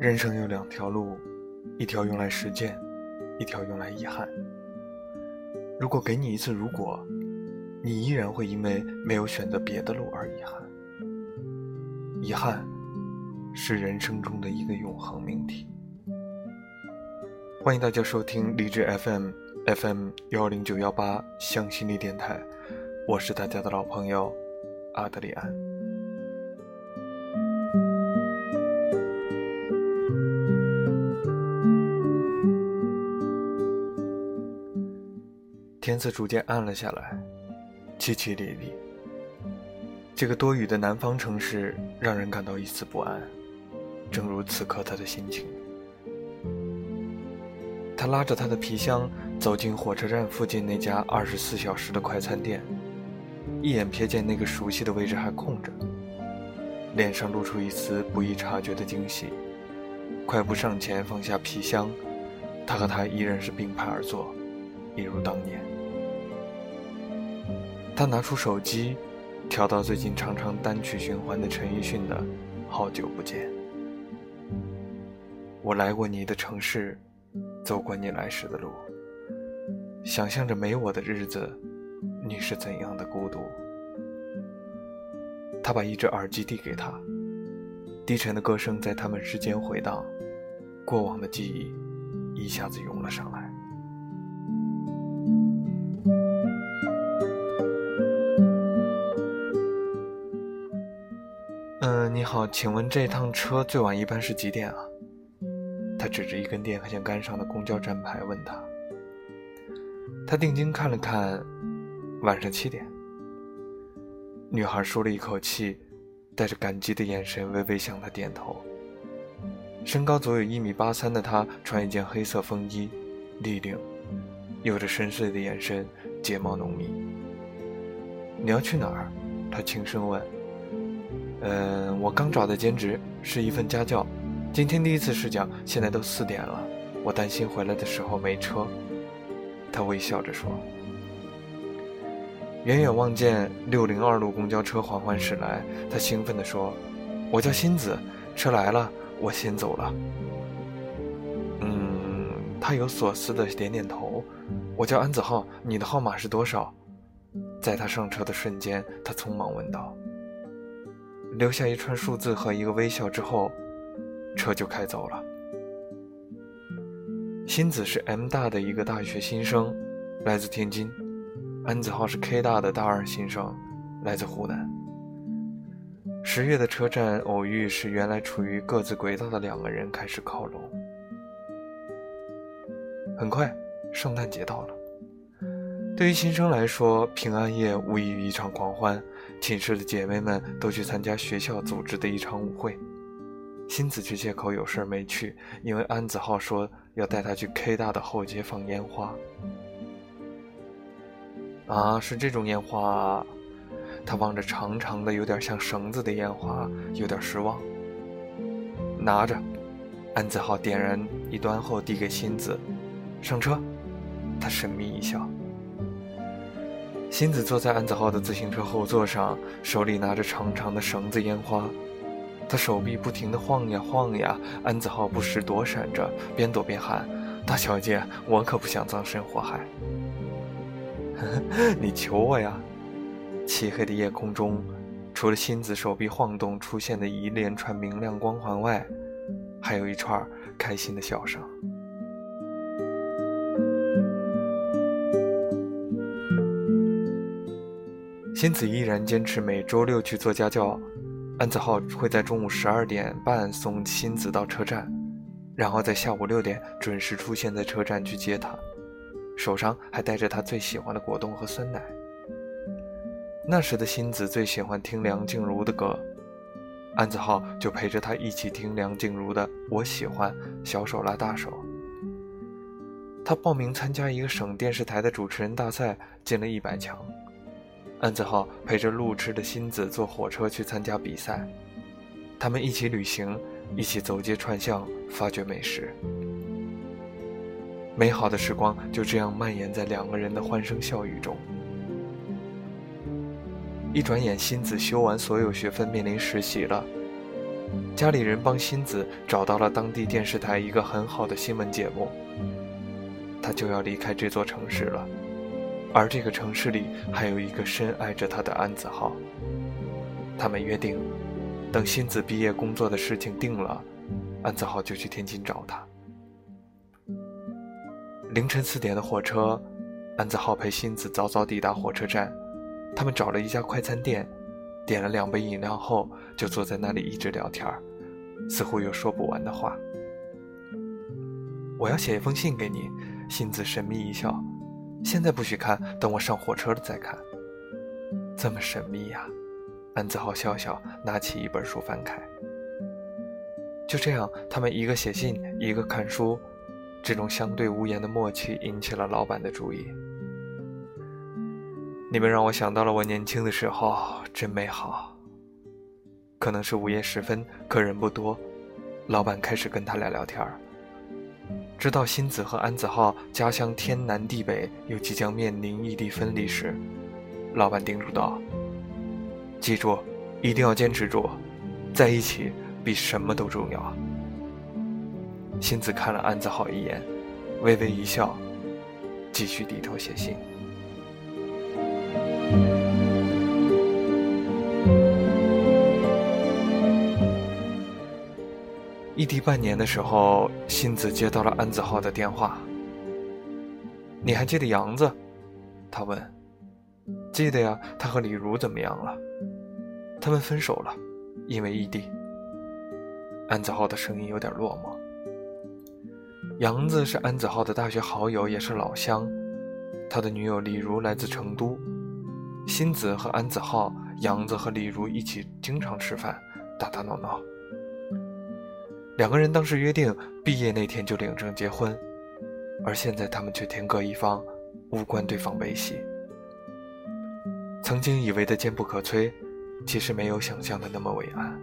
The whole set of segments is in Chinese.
人生有两条路，一条用来实践，一条用来遗憾。如果给你一次如果，你依然会因为没有选择别的路而遗憾。遗憾是人生中的一个永恒命题。欢迎大家收听励志 FM 10918向心力电台，我是大家的老朋友阿德里安。天色逐渐暗了下来，凄凄厉厉。这个多雨的南方城市让人感到一丝不安，正如此刻他的心情。他拉着他的皮箱走进火车站附近那家24小时的快餐店，一眼瞥见那个熟悉的位置还空着，脸上露出一丝不易察觉的惊喜，快步上前放下皮箱，他和他依然是并排而坐，一如当年。他拿出手机，调到最近常常单曲循环的陈奕迅的《好久不见》。我来过你的城市，走过你来时的路，想象着没我的日子，你是怎样的孤独。他把一只耳机递给他，低沉的歌声在他们之间回荡，过往的记忆一下子涌了上来。你好，请问这趟车最晚一班是几点啊？他指着一根电线杆上的公交站牌问他。他定睛看了看，晚上7点。女孩舒了一口气，带着感激的眼神微微向他点头。身高足有1.83米的他穿一件黑色风衣，立领，有着深邃的眼神，睫毛浓密。你要去哪儿？他轻声问。我刚找的兼职是一份家教，今天第一次试讲，现在都4点了，我担心回来的时候没车。他微笑着说。远远望见602路公交车缓缓驶来，他兴奋地说，我叫新子，车来了，我先走了。他有所思地点点头。我叫安子浩，你的号码是多少？在他上车的瞬间，他匆忙问道。留下一串数字和一个微笑之后，车就开走了。新子是 M 大的一个大学新生，来自天津。安子浩是 K 大的大2新生，来自湖南。10月的车站偶遇使原来处于各自轨道的2个人开始靠拢。很快，圣诞节到了。对于新生来说，平安夜无异于一场狂欢，寝室的姐妹们都去参加学校组织的一场舞会。新子却借口有事没去，因为安子浩说要带他去 K 大的后街放烟花。是这种烟花。他望着长长的有点像绳子的烟花，有点失望。拿着。安子浩点燃一端后递给新子。上车。他神秘一笑。新子坐在安子浩的自行车后座上，手里拿着长长的绳子烟花。他手臂不停地晃呀晃呀，安子浩不时躲闪着，边躲边喊，大小姐，我可不想葬身火海。你求我呀。漆黑的夜空中，除了新子手臂晃动出现的一连串明亮光环外，还有一串开心的笑声。新子依然坚持每周6去做家教，安子浩会在中午12点半送新子到车站，然后在下午6点准时出现在车站去接她，手上还带着她最喜欢的果冻和酸奶。那时的新子最喜欢听梁静茹的歌，安子浩就陪着她一起听梁静茹的《我喜欢》，小手拉大手。他报名参加一个省电视台的主持人大赛，进了100强。安子浩陪着路痴的新子坐火车去参加比赛，他们一起旅行，一起走街串巷，发掘美食。美好的时光就这样蔓延在2个人的欢声笑语中。一转眼，新子修完所有学分，面临实习了。 家里人帮新子找到了当地电视台一个很好的新闻节目。他就要离开这座城市了，而这个城市里还有一个深爱着他的安子浩。他们约定，等新子毕业工作的事情定了，安子浩就去天津找他。凌晨4点的火车，安子浩陪新子早早抵达火车站。他们找了一家快餐店，点了2杯饮料后，就坐在那里一直聊天，似乎有说不完的话。我要写一封信给你，新子神秘一笑，现在不许看，等我上火车了再看。这么神秘呀，安子浩笑笑，拿起一本书翻开。就这样，他们一个写信，一个看书，这种相对无言的默契引起了老板的注意。你们让我想到了我年轻的时候，真美好。可能是午夜时分，客人不多，老板开始跟他俩聊天。知道新子和安子浩家乡天南地北，又即将面临异地分离时，老板叮嘱道：记住，一定要坚持住，在一起比什么都重要。新子看了安子浩一眼，微微一笑，继续低头写信。异地半年的时候，新子接到了安子浩的电话。你还记得杨子？他问。记得呀，他和李如怎么样了？他们分手了，因为异地。安子浩的声音有点落寞。杨子是安子浩的大学好友，也是老乡。他的女友李如来自成都。新子和安子浩、杨子和李如一起经常吃饭，打打闹闹。2个人当时约定毕业那天就领证结婚，而现在他们却天各一方，无关对方悲喜。曾经以为的坚不可摧，其实没有想象的那么伟岸。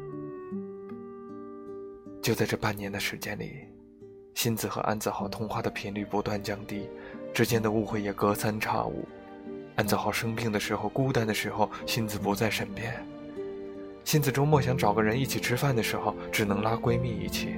就在这半年的时间里，新子和安子浩通话的频率不断降低，之间的误会也隔三差五。安子浩生病的时候，孤单的时候，新子不在身边。新子周末想找个人一起吃饭的时候，只能拉闺蜜一起。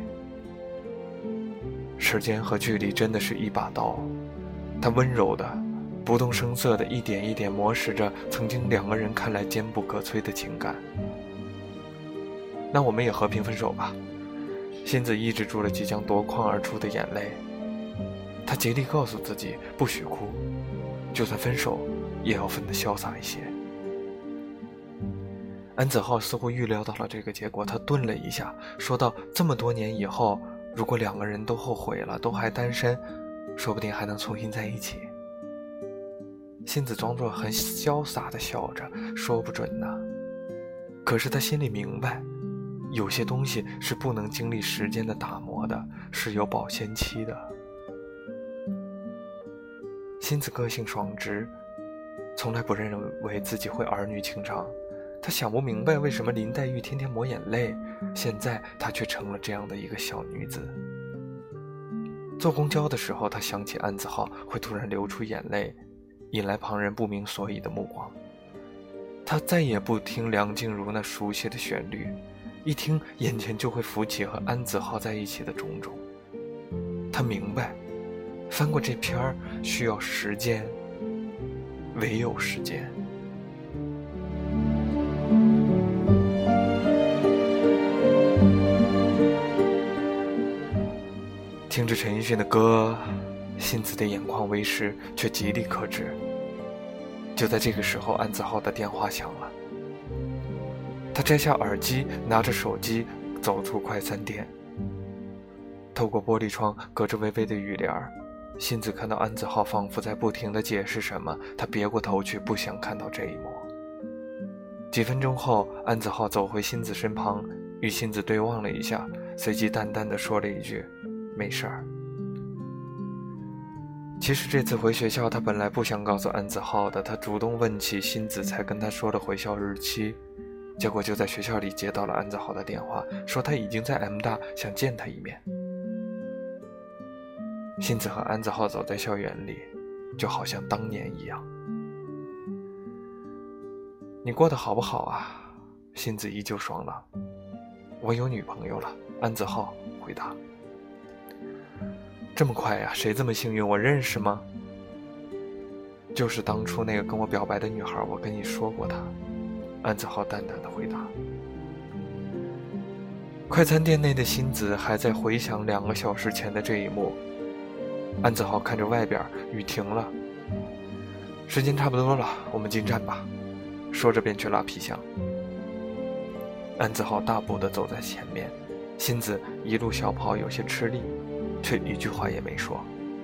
时间和距离真的是一把刀，它温柔的、不动声色的一点一点磨蚀着曾经2个人看来坚不可摧的情感。那我们也和平分手吧。新子抑制住了即将夺眶而出的眼泪，她竭力告诉自己不许哭，就算分手也要分得潇洒一些。安子浩似乎预料到了这个结果，他顿了一下，说道：这么多年以后，如果2个人都后悔了，都还单身，说不定还能重新在一起。新子装作很潇洒地笑着，说不准呢。可是他心里明白，有些东西是不能经历时间的打磨的，是有保鲜期的。新子个性爽直，从来不认为自己会儿女情长。他想不明白为什么林黛玉天天抹眼泪，现在她却成了这样的一个小女子。坐公交的时候，他想起安子浩会突然流出眼泪，引来旁人不明所以的目光。他再也不听梁静茹那熟悉的旋律，一听眼前就会浮起和安子浩在一起的种种。他明白，翻过这篇儿需要时间，唯有时间。听着陈奕迅的歌，新子的眼眶微湿，却极力克制。就在这个时候，安子浩的电话响了。他摘下耳机，拿着手机走出快餐店。透过玻璃窗，隔着微微的雨帘，新子看到安子浩仿佛在不停地解释什么，他别过头去，不想看到这一幕。几分钟后，安子浩走回新子身旁，与新子对望了一下，随即淡淡地说了一句：没事儿。其实这次回学校，他本来不想告诉安子浩的，他主动问起新子，才跟他说了回校日期。结果就在学校里接到了安子浩的电话，说他已经在 M 大，想见他一面。新子和安子浩走在校园里，就好像当年一样。你过得好不好啊？新子依旧爽朗。 我有女朋友了，安子浩回答。这么快呀？谁这么幸运？我认识吗？就是当初那个跟我表白的女孩，我跟你说过她。安子浩淡淡的回答。快餐店内的欣子还在回想2个小时前的这一幕。安子浩看着外边，雨停了。时间差不多了，我们进站吧。说着便去拉皮箱。安子浩大步地走在前面，欣子一路小跑，有些吃力，却一句话也没说。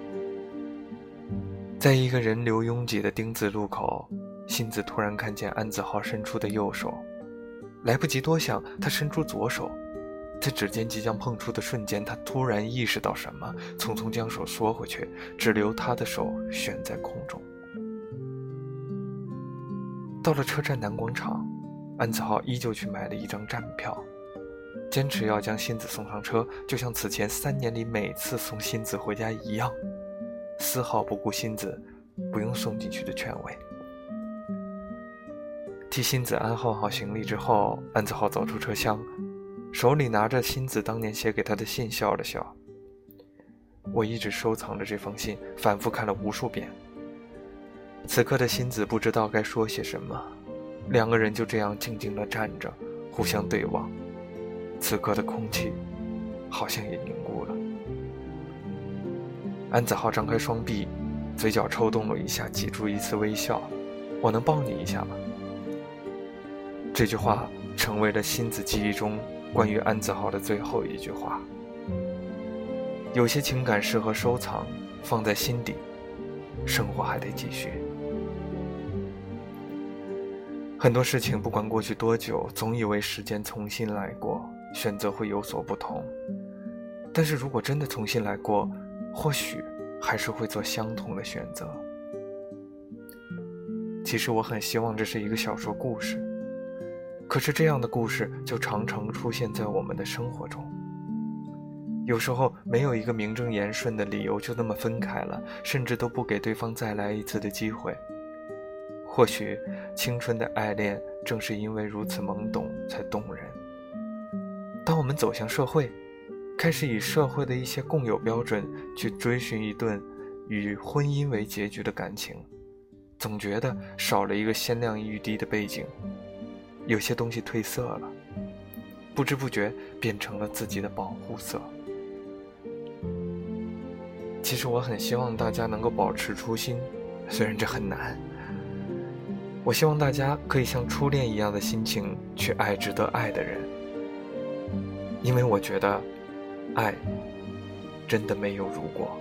在一个人流拥挤的丁字路口，欣子突然看见安子浩伸出的右手，来不及多想，他伸出左手，在指尖即将碰触的瞬间，他突然意识到什么，匆匆将手缩回去，只留他的手悬在空中。到了车站南广场，安子浩依旧去买了一张站票，坚持要将欣子送上车，就像此前3年里每次送欣子回家一样，丝毫不顾欣子不用送进去的劝慰。替欣子安放好行李之后，安子浩走出车厢，手里拿着欣子当年写给他的信，笑了笑。我一直收藏着这封信，反复看了无数遍。此刻的欣子不知道该说些什么，2个人就这样静静地站着，互相对望。此刻的空气好像也凝固了。安子浩张开双臂，嘴角抽动了一下，挤出一丝微笑。我能抱你一下吗？这句话成为了欣子记忆中关于安子浩的最后一句话。有些情感适合收藏，放在心底，生活还得继续。很多事情不管过去多久，总以为时间重新来过，选择会有所不同。但是如果真的重新来过，或许还是会做相同的选择。其实我很希望这是一个小说故事，可是这样的故事就常常出现在我们的生活中。有时候没有一个名正言顺的理由，就那么分开了，甚至都不给对方再来一次的机会。或许青春的爱恋正是因为如此懵懂才动人。当我们走向社会，开始以社会的一些共有标准去追寻一段以婚姻为结局的感情，总觉得少了一个鲜亮欲滴的背景，有些东西褪色了，不知不觉变成了自己的保护色。其实我很希望大家能够保持初心，虽然这很难。我希望大家可以像初恋一样的心情去爱值得爱的人，因为我觉得爱真的没有如果。